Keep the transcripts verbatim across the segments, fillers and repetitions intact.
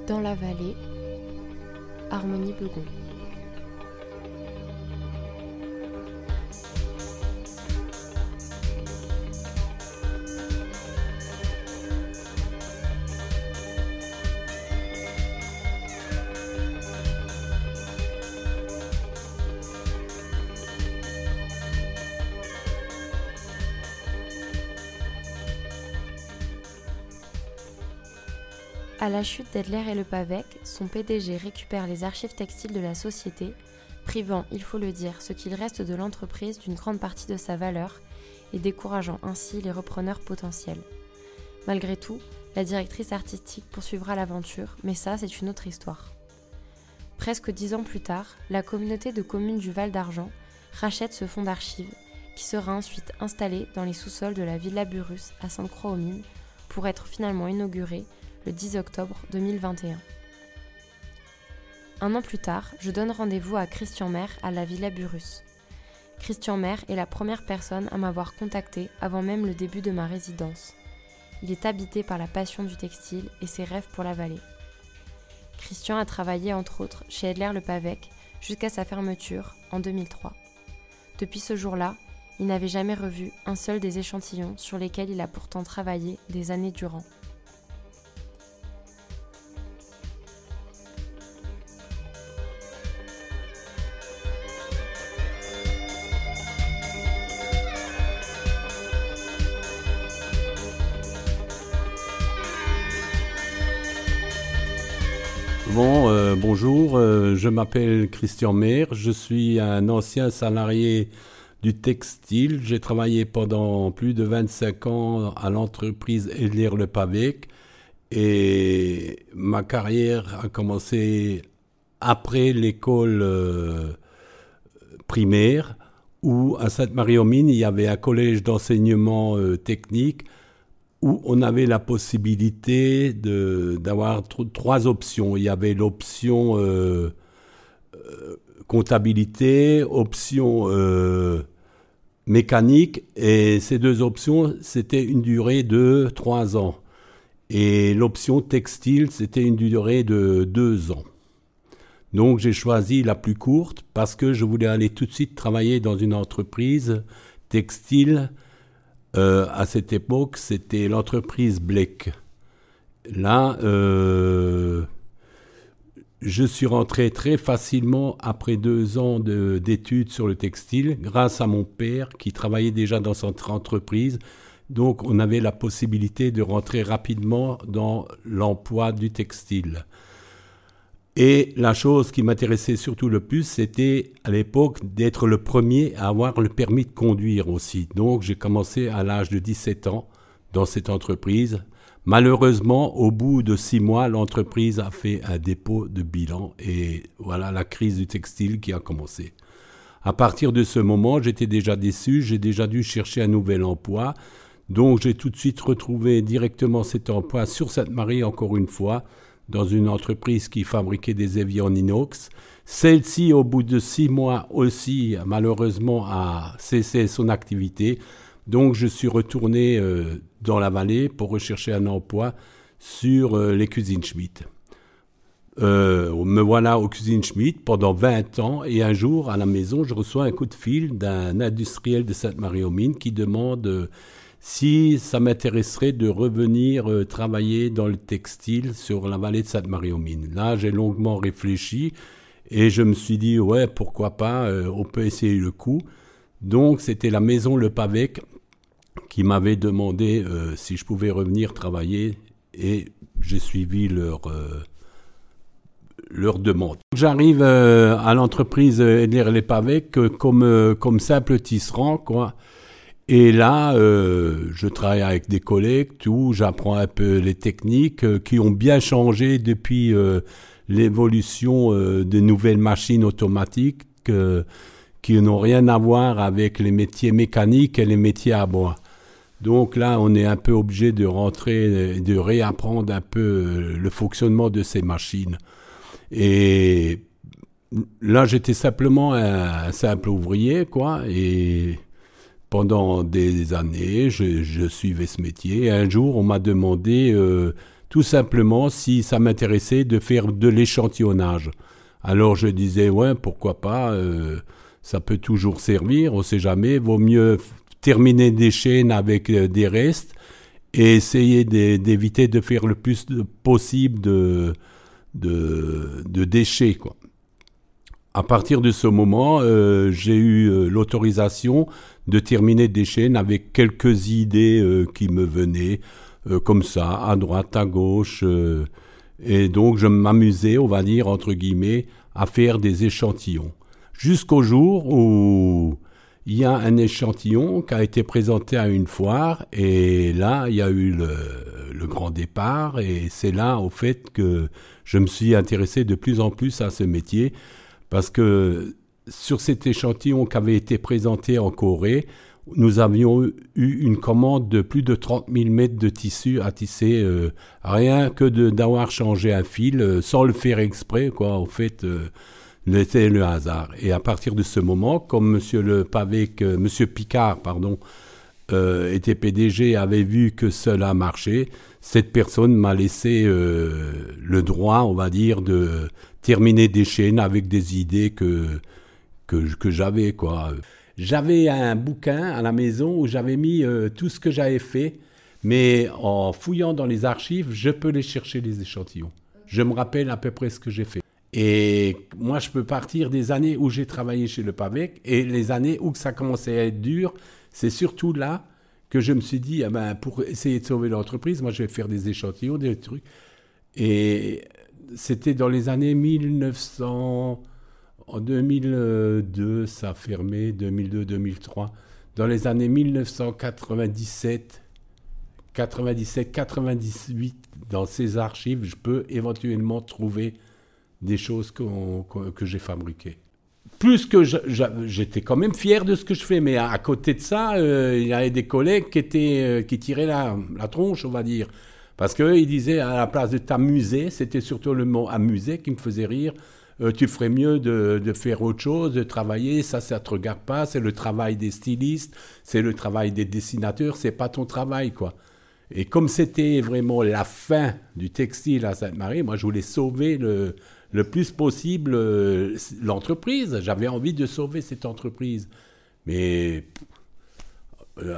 Dans la vallée, Harmonie Begon. À la chute d'Edler et Lepavec, son P D G récupère les archives textiles de la société, privant, il faut le dire, ce qu'il reste de l'entreprise d'une grande partie de sa valeur et décourageant ainsi les repreneurs potentiels. Malgré tout, la directrice artistique poursuivra l'aventure, mais ça, c'est une autre histoire. Presque dix ans plus tard, la communauté de communes du Val d'Argent rachète ce fonds d'archives qui sera ensuite installé dans les sous-sols de la Villa Burrus à Sainte-Croix-aux-Mines pour être finalement inauguré le dix octobre deux mille vingt et un. Un an plus tard, je donne rendez-vous à Christian Maire à la Villa Burrus. Christian Maire est la première personne à m'avoir contacté avant même le début de ma résidence. Il est habité par la passion du textile et ses rêves pour la vallée. Christian a travaillé entre autres chez Edler Lepavec jusqu'à sa fermeture en deux mille trois. Depuis ce jour-là, il n'avait jamais revu un seul des échantillons sur lesquels il a pourtant travaillé des années durant. Bon, euh, bonjour, euh, je m'appelle Christian Maire, je suis un ancien salarié du textile. J'ai travaillé pendant plus de vingt-cinq ans à l'entreprise Edler Lepavec et ma carrière a commencé après l'école euh, primaire où à Sainte-Marie-aux-Mines il y avait un collège d'enseignement euh, technique où on avait la possibilité de, d'avoir t- trois options. Il y avait l'option euh, euh, comptabilité, option euh, mécanique, et ces deux options, c'était une durée de trois ans. Et l'option textile, c'était une durée de deux ans. Donc j'ai choisi la plus courte parce que je voulais aller tout de suite travailler dans une entreprise textile. Euh, à cette époque, c'était l'entreprise Blek. Là, euh, je suis rentré très facilement après deux ans de, d'études sur le textile, grâce à mon père qui travaillait déjà dans cette entreprise. Donc, on avait la possibilité de rentrer rapidement dans l'emploi du textile. Et la chose qui m'intéressait surtout le plus, c'était à l'époque d'être le premier à avoir le permis de conduire aussi. Donc j'ai commencé à l'âge de dix-sept ans dans cette entreprise. Malheureusement, au bout de six mois, l'entreprise a fait un dépôt de bilan et voilà la crise du textile qui a commencé. À partir de ce moment, j'étais déjà déçu, j'ai déjà dû chercher un nouvel emploi. Donc j'ai tout de suite retrouvé directement cet emploi sur Sainte-Marie encore une fois, dans une entreprise qui fabriquait des éviers en inox. Celle-ci, au bout de six mois aussi, malheureusement, a cessé son activité. Donc, je suis retourné euh, dans la vallée pour rechercher un emploi sur euh, les cuisines Schmitt. Euh, me voilà aux cuisines Schmitt pendant vingt ans et un jour, à la maison, je reçois un coup de fil d'un industriel de Sainte-Marie-aux-Mines qui demande euh, si ça m'intéresserait de revenir euh, travailler dans le textile sur la vallée de Sainte-Marie-aux-Mines. Là, j'ai longuement réfléchi et je me suis dit, ouais, pourquoi pas, euh, on peut essayer le coup. Donc, c'était la maison Lepavec qui m'avait demandé euh, si je pouvais revenir travailler et j'ai suivi leur, euh, leur demande. J'arrive euh, à l'entreprise Edler Lepavec euh, comme, euh, comme simple tisserand, quoi. Et là, euh, je travaille avec des collègues, tout, j'apprends un peu les techniques euh, qui ont bien changé depuis euh, l'évolution euh, de nouvelles machines automatiques euh, qui n'ont rien à voir avec les métiers mécaniques et les métiers à bois. Donc là, on est un peu obligé de rentrer, de réapprendre un peu le fonctionnement de ces machines. Et là, j'étais simplement un, un simple ouvrier, quoi, et pendant des années, je, je suivais ce métier. Et un jour, on m'a demandé euh, tout simplement si ça m'intéressait de faire de l'échantillonnage. Alors je disais, ouais, pourquoi pas, euh, ça peut toujours servir, on ne sait jamais, vaut mieux terminer des chaînes avec euh, des restes et essayer de, d'éviter de faire le plus de, possible de, de, de déchets, quoi. À partir de ce moment, euh, j'ai eu euh, l'autorisation de terminer des chaînes avec quelques idées euh, qui me venaient, euh, comme ça, à droite, à gauche. Euh, et donc, je m'amusais, on va dire, entre guillemets, à faire des échantillons. Jusqu'au jour où il y a un échantillon qui a été présenté à une foire. Et là, il y a eu le, le grand départ. Et c'est là, au fait, que je me suis intéressé de plus en plus à ce métier. Parce que sur cet échantillon qui avait été présenté en Corée, nous avions eu une commande de plus de trente mille mètres de tissu à tisser, euh, rien que de, d'avoir changé un fil, euh, sans le faire exprès, quoi. En fait, euh, c'était le hasard. Et à partir de ce moment, comme Monsieur le Pavec, euh, Monsieur Picard, pardon, euh, était P D G, avait vu que cela marchait, cette personne m'a laissé euh, le droit, on va dire, de terminer des chaînes avec des idées que, que, que j'avais, quoi. J'avais un bouquin à la maison où j'avais mis euh, tout ce que j'avais fait, mais en fouillant dans les archives, je peux les chercher, les échantillons. Je me rappelle à peu près ce que j'ai fait. Et moi, je peux partir des années où j'ai travaillé chez le Pavec et les années où ça commençait à être dur. C'est surtout là que je me suis dit, eh ben, pour essayer de sauver l'entreprise, moi, je vais faire des échantillons, des trucs. Et c'était dans les années mille neuf cents, en deux mille deux, ça a fermé, deux mille deux deux mille trois. Dans les années mille neuf cent quatre-vingt-dix-sept, quatre-vingt-dix-sept, quatre-vingt-dix-huit, dans ces archives, je peux éventuellement trouver des choses qu'on, que j'ai fabriquées. Plus que je, je, j'étais quand même fier de ce que je fais, mais à, à côté de ça, euh, il y avait des collègues qui, étaient, euh, qui tiraient la, la tronche, on va dire. Parce qu'ils disaient, à la place de t'amuser, c'était surtout le mot amuser qui me faisait rire. Euh, tu ferais mieux de, de faire autre chose, de travailler, ça, ça ne te regarde pas, c'est le travail des stylistes, c'est le travail des dessinateurs, c'est pas ton travail, quoi. Et comme c'était vraiment la fin du textile à Sainte-Marie, moi, je voulais sauver le, le plus possible euh, l'entreprise. J'avais envie de sauver cette entreprise. Mais euh,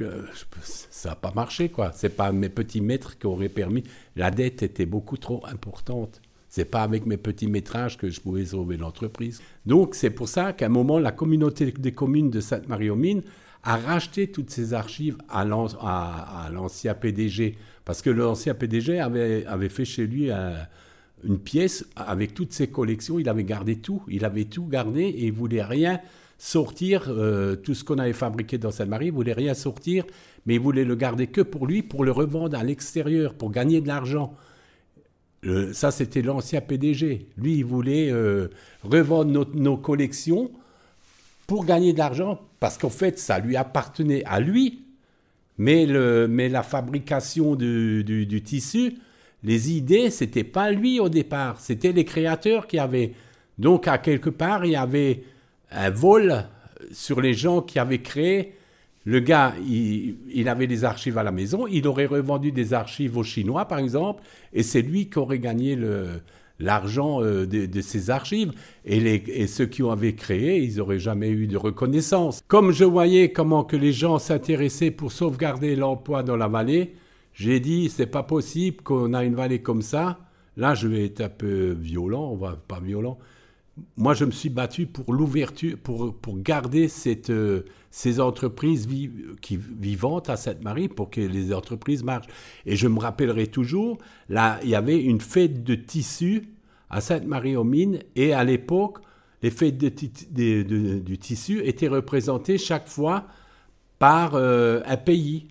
ça n'a pas marché, quoi. Ce n'est pas mes petits mètres qui auraient permis. La dette était beaucoup trop importante. Ce n'est pas avec mes petits métrages que je pouvais sauver l'entreprise. Donc, c'est pour ça qu'à un moment, la communauté des communes de Sainte-Marie-aux-Mines a racheté toutes ces archives à, l'an, à, à l'ancien P D G. Parce que l'ancien P D G avait, avait fait chez lui un, une pièce avec toutes ses collections. Il avait gardé tout. Il avait tout gardé et il ne voulait rien sortir. Euh, tout ce qu'on avait fabriqué dans Sainte-Marie, il ne voulait rien sortir. Mais il voulait le garder que pour lui, pour le revendre à l'extérieur, pour gagner de l'argent. Euh, ça, c'était l'ancien P D G. Lui, il voulait euh, revendre nos, nos collections pour gagner de l'argent, parce qu'en fait, ça lui appartenait à lui, mais, le, mais la fabrication du, du, du tissu, les idées, c'était pas lui au départ, c'était les créateurs qui avaient. Donc, à quelque part, il y avait un vol sur les gens qui avaient créé. Le gars, il, il avait des archives à la maison, il aurait revendu des archives aux Chinois, par exemple, et c'est lui qui aurait gagné le... l'argent euh, de, de ces archives. Et, les, et ceux qui avaient créé, ils n'auraient jamais eu de reconnaissance. Comme je voyais comment que les gens s'intéressaient pour sauvegarder l'emploi dans la vallée, j'ai dit, c'est pas possible qu'on a une vallée comme ça. Là, je vais être un peu violent, on va pas violent. Moi, je me suis battu pour l'ouverture, pour, pour garder cette, euh, ces entreprises vi- qui, vivantes à Sainte-Marie, pour que les entreprises marchent. Et je me rappellerai toujours, là, il y avait une fête de tissu à Sainte-Marie-aux-Mines, et à l'époque, les fêtes de, de, de, du tissu étaient représentées chaque fois par euh, un pays.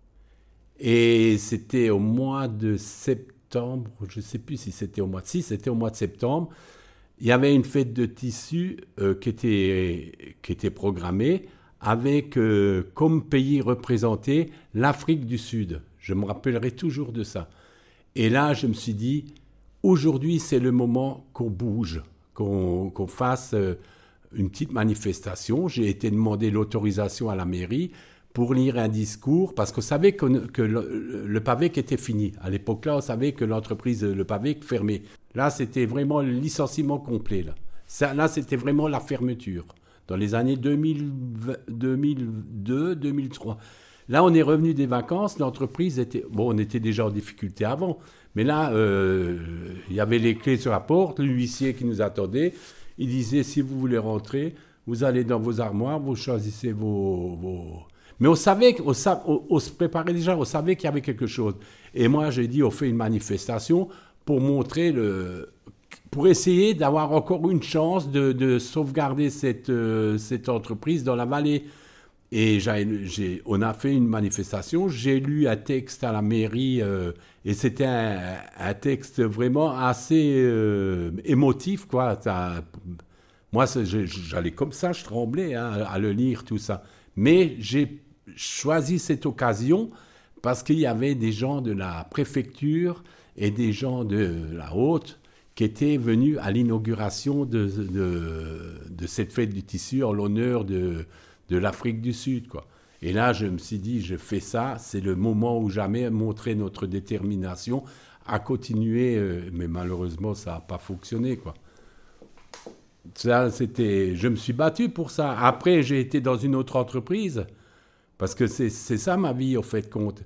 Et c'était au mois de septembre, je ne sais plus si c'était au mois de... Si, c'était au mois de septembre. Il y avait une fête de tissu euh, qui, était, qui était programmée avec euh, comme pays représenté l'Afrique du Sud. Je me rappellerai toujours de ça. Et là, je me suis dit, aujourd'hui, c'est le moment qu'on bouge, qu'on, qu'on fasse euh, une petite manifestation. J'ai été demander l'autorisation à la mairie pour lire un discours, parce qu'on savait que, que le, le Pavec était fini. À l'époque-là, on savait que l'entreprise Le Pavec fermait. Là, c'était vraiment le licenciement complet. Là, Ça, là c'était vraiment la fermeture. Dans les années deux mille, deux mille deux, deux mille trois. Là, on est revenu des vacances, l'entreprise était... Bon, on était déjà en difficulté avant, mais là, euh, il y avait les clés sur la porte, l'huissier qui nous attendait. Il disait, si vous voulez rentrer, vous allez dans vos armoires, vous choisissez vos... vos... Mais on savait, on, on, on se préparait déjà, on savait qu'il y avait quelque chose. Et moi, j'ai dit, on fait une manifestation pour montrer le... pour essayer d'avoir encore une chance de, de sauvegarder cette, euh, cette entreprise dans la vallée. Et j'ai, j'ai, on a fait une manifestation, j'ai lu un texte à la mairie, euh, et c'était un, un texte vraiment assez euh, émotif, quoi. Ça, moi, je, j'allais comme ça, je tremblais hein, à le lire, tout ça. Mais j'ai choisi cette occasion parce qu'il y avait des gens de la préfecture et des gens de la haute qui étaient venus à l'inauguration de, de, de cette fête du tissu en l'honneur de, de l'Afrique du Sud, quoi. Et là, je me suis dit, je fais ça, c'est le moment où jamais montrer notre détermination à continuer, euh, mais malheureusement, ça n'a pas fonctionné, quoi. Ça, c'était, je me suis battu pour ça. Après, j'ai été dans une autre entreprise, parce que c'est, c'est ça ma vie, au fait, compte.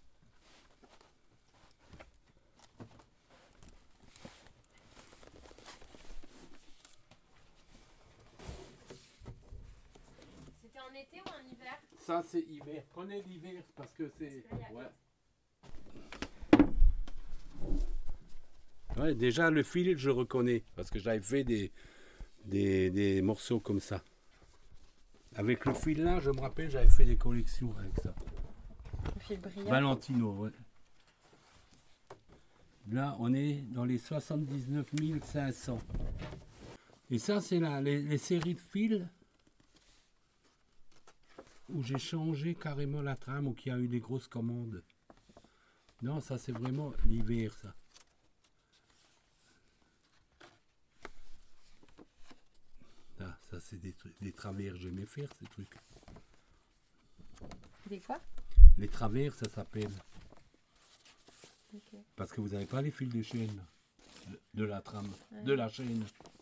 C'était en été ou en hiver? Ça, c'est hiver. Prenez l'hiver, parce que c'est... Ouais. Ouais, déjà, le fil, je reconnais, parce que j'avais fait des, des, des morceaux comme ça. Avec le fil là, je me rappelle, j'avais fait des collections avec ça. Le fil brillant. Valentino, ouais. Là, on est dans les soixante-dix-neuf mille cinq cents. Et ça, c'est là, les, les séries de fils où j'ai changé carrément la trame, ou qu'il y a eu des grosses commandes. Non, ça, c'est vraiment l'hiver, ça. Ah, ça, c'est des, des travers, j'aimais faire ces trucs. Des quoi? Les travers, ça s'appelle. Okay. Parce que vous n'avez pas les fils de chaîne de, de la trame, ouais. de la chaîne.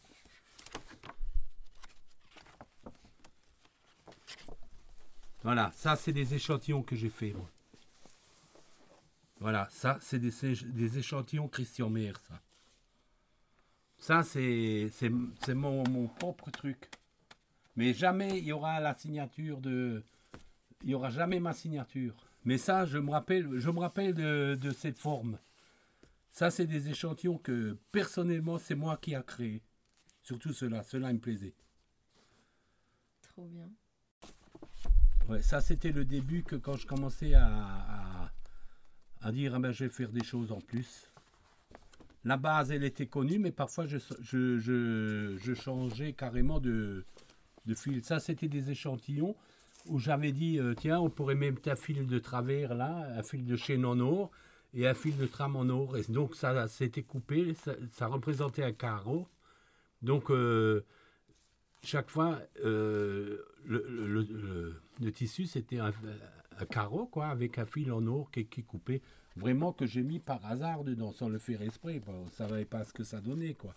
Voilà, ça, c'est des échantillons que j'ai fait, moi. Voilà, ça, c'est des, des échantillons Christian Maire, ça. Ça, c'est, c'est, c'est mon, mon propre truc. Mais jamais il y aura la signature de... Il n'y aura jamais ma signature. Mais ça, je me rappelle, je me rappelle de, de cette forme. Ça, c'est des échantillons que, personnellement, c'est moi qui a créé. Surtout ceux-là. Ceux-là, ils me plaisaient. Trop bien. Ouais, ça, c'était le début que quand je commençais à, à, à dire, ah ben, je vais faire des choses en plus. La base, elle était connue, mais parfois, je, je, je, je changeais carrément de, de fil. Ça, c'était des échantillons où j'avais dit, euh, tiens, on pourrait mettre un fil de travers là, un fil de chaîne en or et un fil de trame en or. Et donc, ça s'était coupé, ça, ça représentait un carreau. Donc, euh, chaque fois, euh, le, le, le, le tissu, c'était un, un carreau, quoi, avec un fil en or qui, qui coupait. Vraiment que j'ai mis par hasard dedans, sans le faire exprès. On ne savait pas ce que ça donnait, quoi.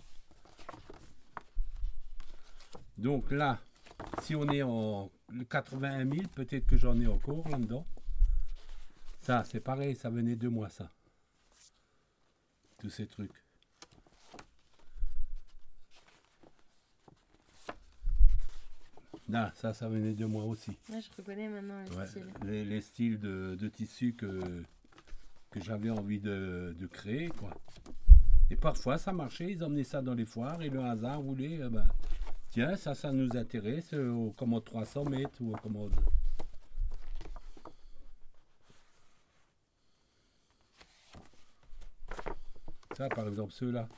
Donc là, si on est en quatre-vingt-un mille, peut-être que j'en ai encore là-dedans. Ça, c'est pareil, ça venait de moi, ça. Tous ces trucs. Là, ça, ça venait de moi aussi. Ouais, je reconnais maintenant les ouais, styles. Les, les styles de, de tissu que, que j'avais envie de, de créer, quoi. Et parfois, ça marchait, ils emmenaient ça dans les foires et le hasard voulait... Euh, ben, tiens, ça, ça nous intéresse, euh, aux commandes trois cents mètres ou aux commandes... Ça, par exemple, ceux-là.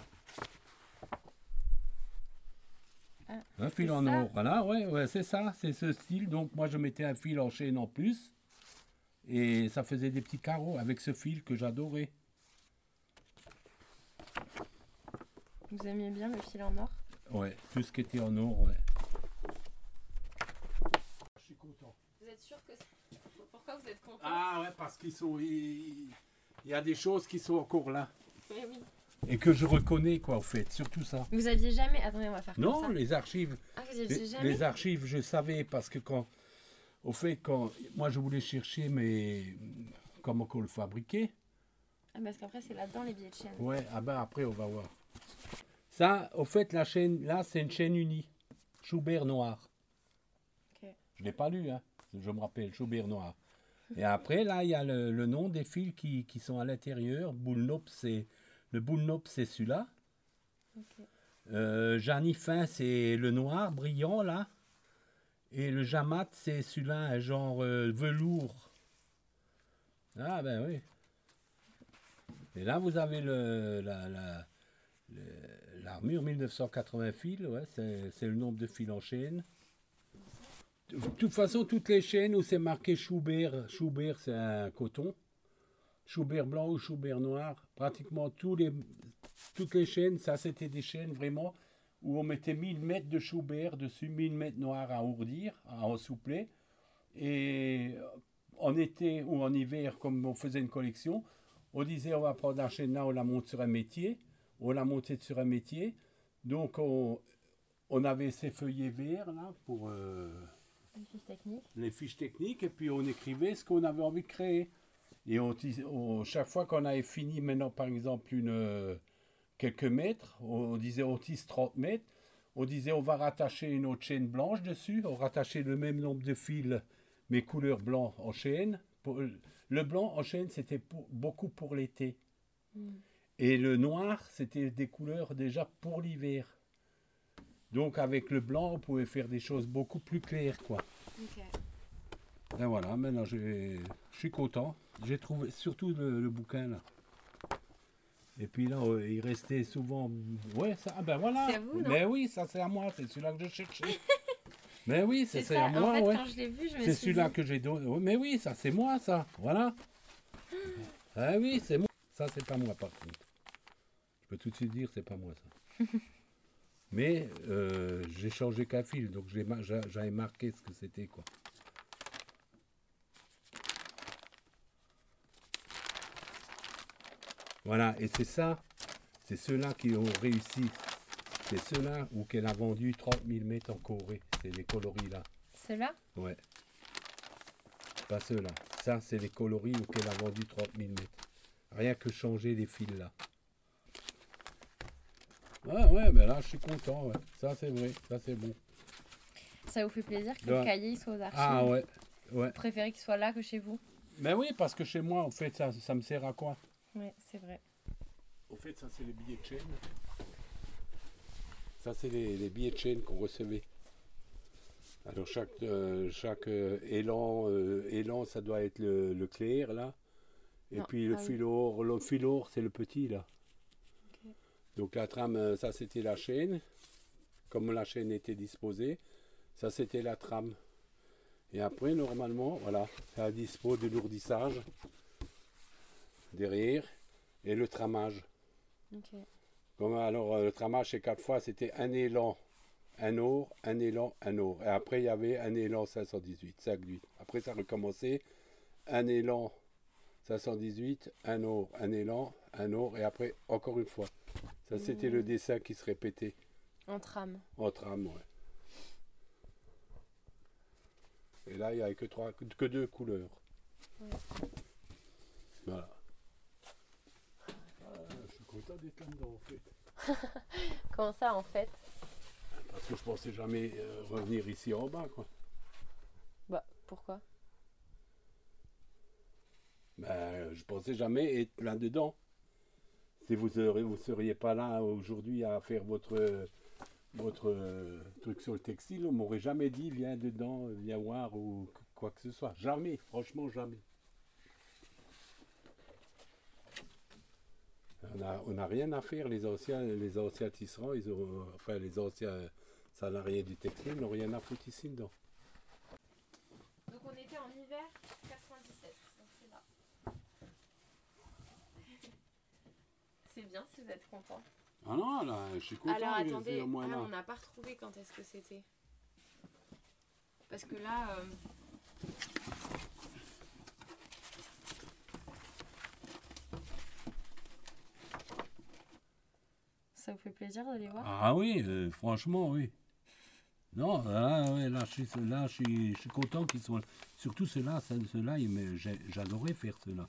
Ah, un fil en or, voilà, ouais, ouais, c'est ça, c'est ce style. Donc, moi, je mettais un fil en chaîne en plus. Et ça faisait des petits carreaux avec ce fil que j'adorais. Vous aimiez bien le fil en or? Ouais, tout ce qui était en or, ouais. Je suis content. Vous êtes sûr que c'est... Pourquoi vous êtes content? Ah ouais, parce qu'ils sont... Il il y a des choses qui sont encore là. Mais oui. Et que je reconnais, quoi, en fait, surtout ça. Vous aviez jamais... Attendez, on va faire comme Non, ça. les archives... Ah, vous aviez Les, jamais les archives, je savais, parce que quand... Au fait, quand... Moi, je voulais chercher, mais... Comment qu'on le fabriquait. Ah, parce qu'après, c'est là-dedans, les billets de chaîne. Ouais, ah ben après, on va voir. Ça, au fait, la chaîne, là, c'est une chaîne unie. Schubert noir. Ok. Je ne l'ai pas lu, hein. Je me rappelle, Schubert noir. Et après, là, il y a le, le nom des fils qui, qui sont à l'intérieur. Boulnop, c'est... Le Boulnop, c'est celui-là. Ok. Euh, Janifin, c'est le noir, brillant, là. Et le Jamat, c'est celui-là, genre euh, velours. Ah, ben oui. Et là, vous avez le, la, la, le- l'armure mille neuf cent quatre-vingts fils, ouais, c'est, c'est le nombre de fils en chaîne. De toute façon, toutes les chaînes où c'est marqué Schubert, Schubert, c'est un coton. Schubert blanc ou Schubert noir, pratiquement tous les, toutes les chaînes, ça c'était des chaînes vraiment où on mettait mille mètres de Schubert dessus, mille mètres noirs à ourdir, à ensoupler. Et en été ou en hiver, comme on faisait une collection, on disait on va prendre la chaîne là, on la monte sur un métier, on la montait sur un métier. Donc on, on avait ces feuillets verts là pour euh, Une fiche technique. les fiches techniques et puis on écrivait ce qu'on avait envie de créer. Et on, tis- on- chaque fois qu'on avait fini maintenant par exemple une, euh, quelques mètres, on, on disait on tisse trente mètres, on disait on va rattacher une autre chaîne blanche dessus, on rattachait le même nombre de fils mais couleur blanc en chaîne. Pour- le blanc en chaîne c'était pour- beaucoup pour l'été. Mm. Et le noir c'était des couleurs déjà pour l'hiver. Donc avec le blanc on pouvait faire des choses beaucoup plus claires quoi. Ok. Et voilà, maintenant j'ai- je suis content. J'ai trouvé surtout le, le bouquin là. Et puis là, euh, il restait souvent. Ouais, ça. Ah ben voilà. C'est à vous, non? Mais oui, ça c'est à moi. C'est celui-là que je cherchais. Mais oui, ça, C'est c'est ça, à moi, en fait, ouais. quand je l'ai vu, je me C'est suis celui-là dit... que j'ai donné. Ouais, mais oui, ça c'est moi, ça. Voilà. Ah oui, c'est moi. Ça c'est pas moi par contre. Je peux tout de suite dire, c'est pas moi ça. Mais euh, j'ai changé qu'un fil, donc j'ai mar- j'a- j'avais marqué ce que c'était quoi. Voilà, et c'est ça, c'est ceux-là qui ont réussi. C'est ceux-là où qu'elle a vendu trente mille mètres en Corée. C'est les coloris là. Ceux-là? Ouais. Pas ceux-là. Ça, c'est les coloris où qu'elle a vendu trente mille mètres. Rien que changer les fils là. Ah ouais, ben là, je suis content. Ouais. Ça, c'est vrai. Ça, c'est bon. Ça vous fait plaisir que Ouais. le cahier il soit aux archives? Ah ouais. Ouais. Vous préférez qu'il soit là que chez vous? Mais oui, parce que chez moi, en fait, ça, ça me sert à quoi? Ouais, c'est vrai. Au fait, ça, c'est les billets de chaîne. Ça, c'est les, les billets de chaîne qu'on recevait. Alors, chaque, euh, chaque euh, élan, euh, élan, ça doit être le, le clair, là. Et Non, puis, le ah oui. fil or, le fil or, c'est le petit, là. Ok. Donc, la trame, euh, ça, c'était la chaîne. Comme la chaîne était disposée, ça, c'était la trame. Et après, normalement, voilà, c'est à dispo de lourdissage derrière et le tramage. Ok. Comme alors euh, le tramage c'est quatre fois, c'était un élan, un or, un élan, un or. Et après il y avait un élan cinq cent dix-huit, cinq huit. Après ça recommençait, un élan cinq cent dix-huit, un or, un élan, un or, et après encore une fois. Ça c'était Mmh. le dessin qui se répétait En trame. en trame, ouais. Et là il n'y avait que trois, que deux couleurs. Ouais. Voilà. Ah, je suis content d'être là-dedans en fait. Comment ça, en fait? Parce que je pensais jamais euh, revenir ici en bas, quoi. Bah, pourquoi? Ben, je pensais jamais être là-dedans. Si vous seriez, vous seriez pas là aujourd'hui à faire votre, votre euh, truc sur le textile, on m'aurait jamais dit viens dedans, viens voir ou quoi que ce soit. Jamais, franchement jamais. On n'a on a rien à faire, les anciens, les anciens tisserands, ils ont, enfin les anciens salariés du textile n'ont rien à foutre ici dedans. Donc on était en hiver quatre-vingt-dix-sept, donc c'est là. C'est bien si vous êtes content. Ah non, là, je suis content. Alors il est attendez, au moins ah, là. on n'a pas retrouvé quand est-ce que c'était. Parce que là, euh, ça vous fait plaisir de les voir? Ah oui, euh, franchement, oui. Non, là, ouais, là, je suis, là, je suis, je suis content qu'ils soient là. Surtout ceux-là, ceux- ceux-là, ils me- j'ai- j'adorais faire ceux-là.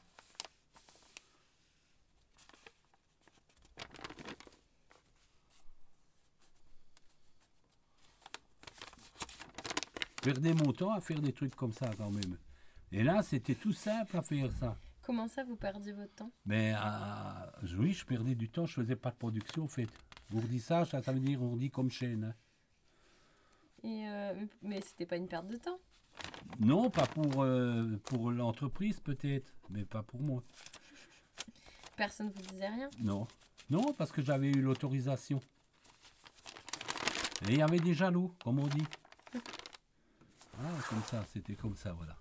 Je perdais mon temps à faire des trucs comme ça quand même. Et là, c'était tout simple à faire ça. Comment ça, vous perdiez votre temps? Mais euh, oui, je perdais du temps, je faisais pas de production en fait. Ourdissage, ça, ça veut dire ourdi comme chaîne. Hein. Et euh, mais- mais c'était pas une perte de temps. Non, pas pour, euh, pour l'entreprise peut-être, mais pas pour moi. Personne vous disait rien. Non. Non, parce que j'avais eu l'autorisation. Et il y avait des jaloux, comme on dit. Ah, comme ça, c'était comme ça, voilà.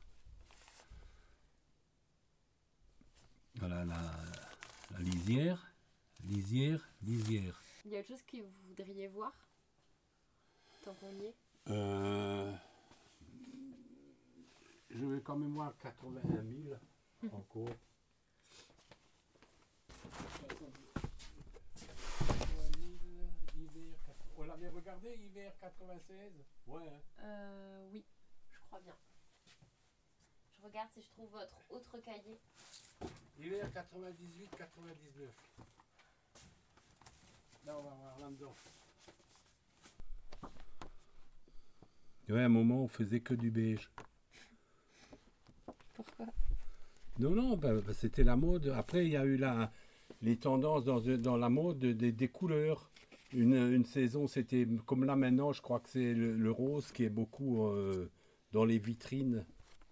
Voilà la, la lisière, lisière, lisière. Il y a autre chose que vous voudriez voir? Tant qu'on y est. Euh, je vais quand même voir quatre-vingt-un mille encore. On l'avait regardé hiver quatre-vingt-seize? Ouais. Hein. Euh, oui, je crois bien. Je regarde si je trouve votre autre cahier. Hiver quatre-vingt-dix-huit quatre-vingt-dix-neuf. Là, on va voir là-dedans. Ouais, à un moment, on faisait que du beige. Pourquoi? Non, non, bah, bah, c'était la mode. Après, il y a eu la, les tendances dans, dans la mode des, des couleurs. Une, une saison, c'était comme là maintenant, je crois que c'est le, le rose qui est beaucoup euh, dans les vitrines.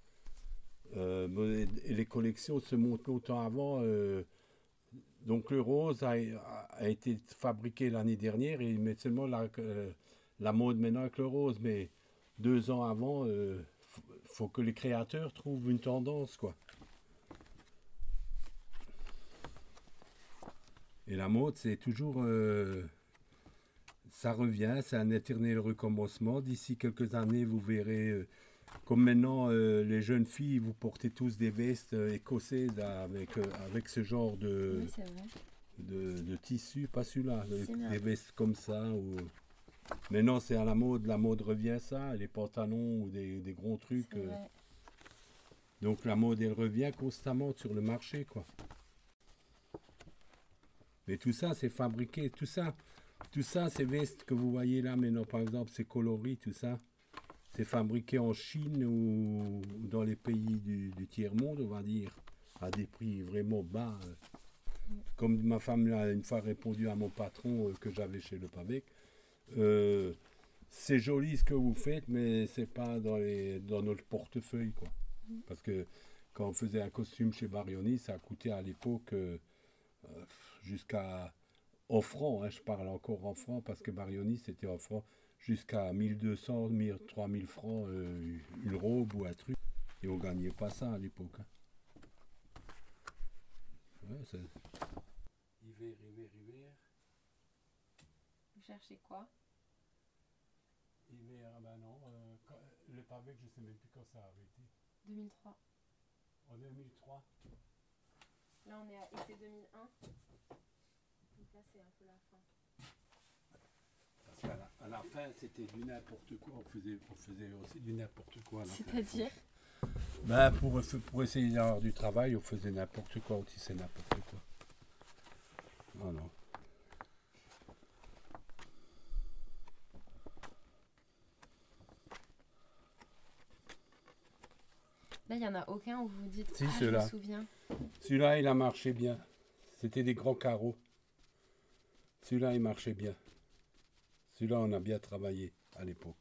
Euh, et les collections se montent longtemps avant. Euh, donc le rose a, a été fabriqué l'année dernière et ils mettent seulement la, euh, la mode maintenant avec le rose. Mais deux ans avant, il euh, faut, faut que les créateurs trouvent une tendance, quoi. Et la mode, c'est toujours... Euh, ça revient, c'est un éternel recommencement. D'ici quelques années, vous verrez... Euh, comme maintenant, euh, les jeunes filles, vous portez tous des vestes euh, écossaises avec, euh, avec ce genre de, Oui, c'est vrai. de, de tissu, pas celui-là, C'est des bien. vestes comme ça. Ou... Maintenant, c'est à la mode, la mode revient ça, les pantalons ou des, des gros trucs. C'est euh. vrai. Donc la mode, elle revient constamment sur le marché, quoi. Mais tout ça, c'est fabriqué, tout ça, tout ça, ces vestes que vous voyez là, maintenant, par exemple, ces coloris, tout ça. C'est fabriqué en Chine ou dans les pays du, du tiers-monde, on va dire, à des prix vraiment bas. Comme ma femme l'a une fois répondu à mon patron euh, que j'avais chez Le Pavec, euh, c'est joli ce que vous faites, mais c'est pas dans, les, dans notre portefeuille, quoi. Parce que quand on faisait un costume chez Barioni, ça coûtait à l'époque euh, jusqu'à en francs, hein, je parle encore en francs parce que Barioni c'était en francs. Jusqu'à mille deux cents, trois mille francs euh, une robe ou un truc. Et on gagnait pas ça à l'époque. Hein. Ouais, c'est... Hiver, hiver, hiver. Vous cherchez quoi? Hiver, ah ben non. Euh, quand, le Pavec, je sais même plus quand ça a arrêté. deux mille trois. En deux mille trois. Là, on est à été deux mille un. Donc là, c'est un peu la fin. Parce qu'à la, à la fin, c'était du n'importe quoi. On faisait, on faisait aussi du n'importe quoi. C'est-à-dire? Ben, pour, pour essayer d'avoir du travail, on faisait n'importe quoi. On tissait n'importe quoi. Oh non. Là, il n'y en a aucun où vous vous dites Si, ah, je ceux-là. me souviens. Celui-là, il a marché bien. C'était des grands carreaux. Celui-là, il marchait bien. Celui-là, on a bien travaillé à l'époque.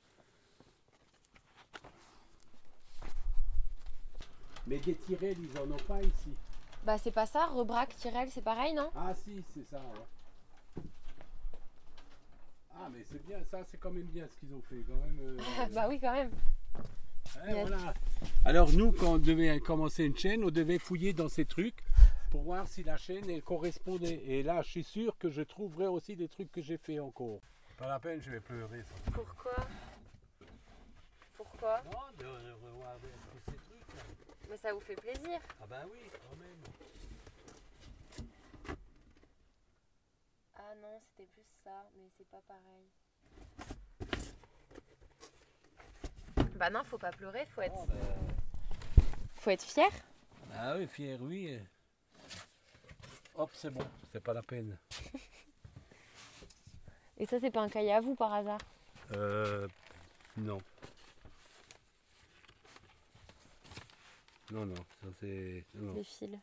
Mais des tirelles, ils en ont pas ici. Bah, c'est pas ça, Rebrac, Tirel, c'est pareil, non? Ah si, c'est ça, ouais. Ah, mais c'est bien, ça, c'est quand même bien ce qu'ils ont fait, quand même. Euh, Bah oui, quand même. hein, voilà. Alors nous, quand on devait commencer une chaîne, on devait fouiller dans ces trucs pour voir si la chaîne, elle correspondait. Et là, je suis sûr que je trouverai aussi des trucs que j'ai fait encore. Pas la peine, je vais pleurer. Ça. Pourquoi? Pourquoi? Non, de, de revoir tous ces trucs. Là. Mais ça vous fait plaisir. Ah ben oui, quand même. Ah Ah non, c'était plus ça, mais c'est pas pareil. Bah non, faut pas pleurer, faut être... Oh, ben... Faut être fier. Ah oui, fier, oui. Hop, c'est bon, c'est pas la peine. Et ça, c'est pas un cahier à vous par hasard? Euh... Non. Non, non, ça c'est... Non, Les fils.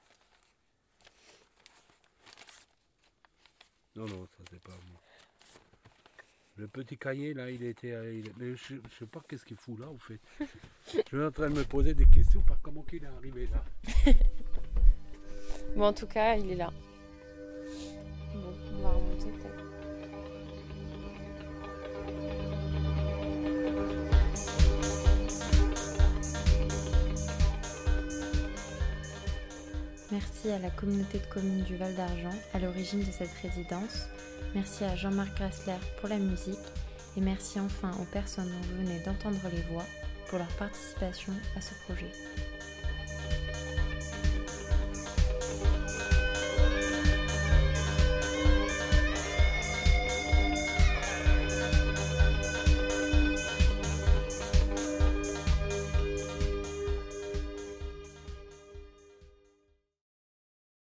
non, non, ça c'est pas moi. Le petit cahier là, il était... Il... Mais je, je sais pas qu'est-ce qu'il fout là, en fait. Je suis en train de me poser des questions par comment qu'il est arrivé là. Bon, en tout cas, il est là. Bon, on va remonter peut-être. Merci à la communauté de communes du Val d'Argent à l'origine de cette résidence. Merci à Jean-Marc Grassler pour la musique. Et merci enfin aux personnes dont vous venez d'entendre les voix pour leur participation à ce projet.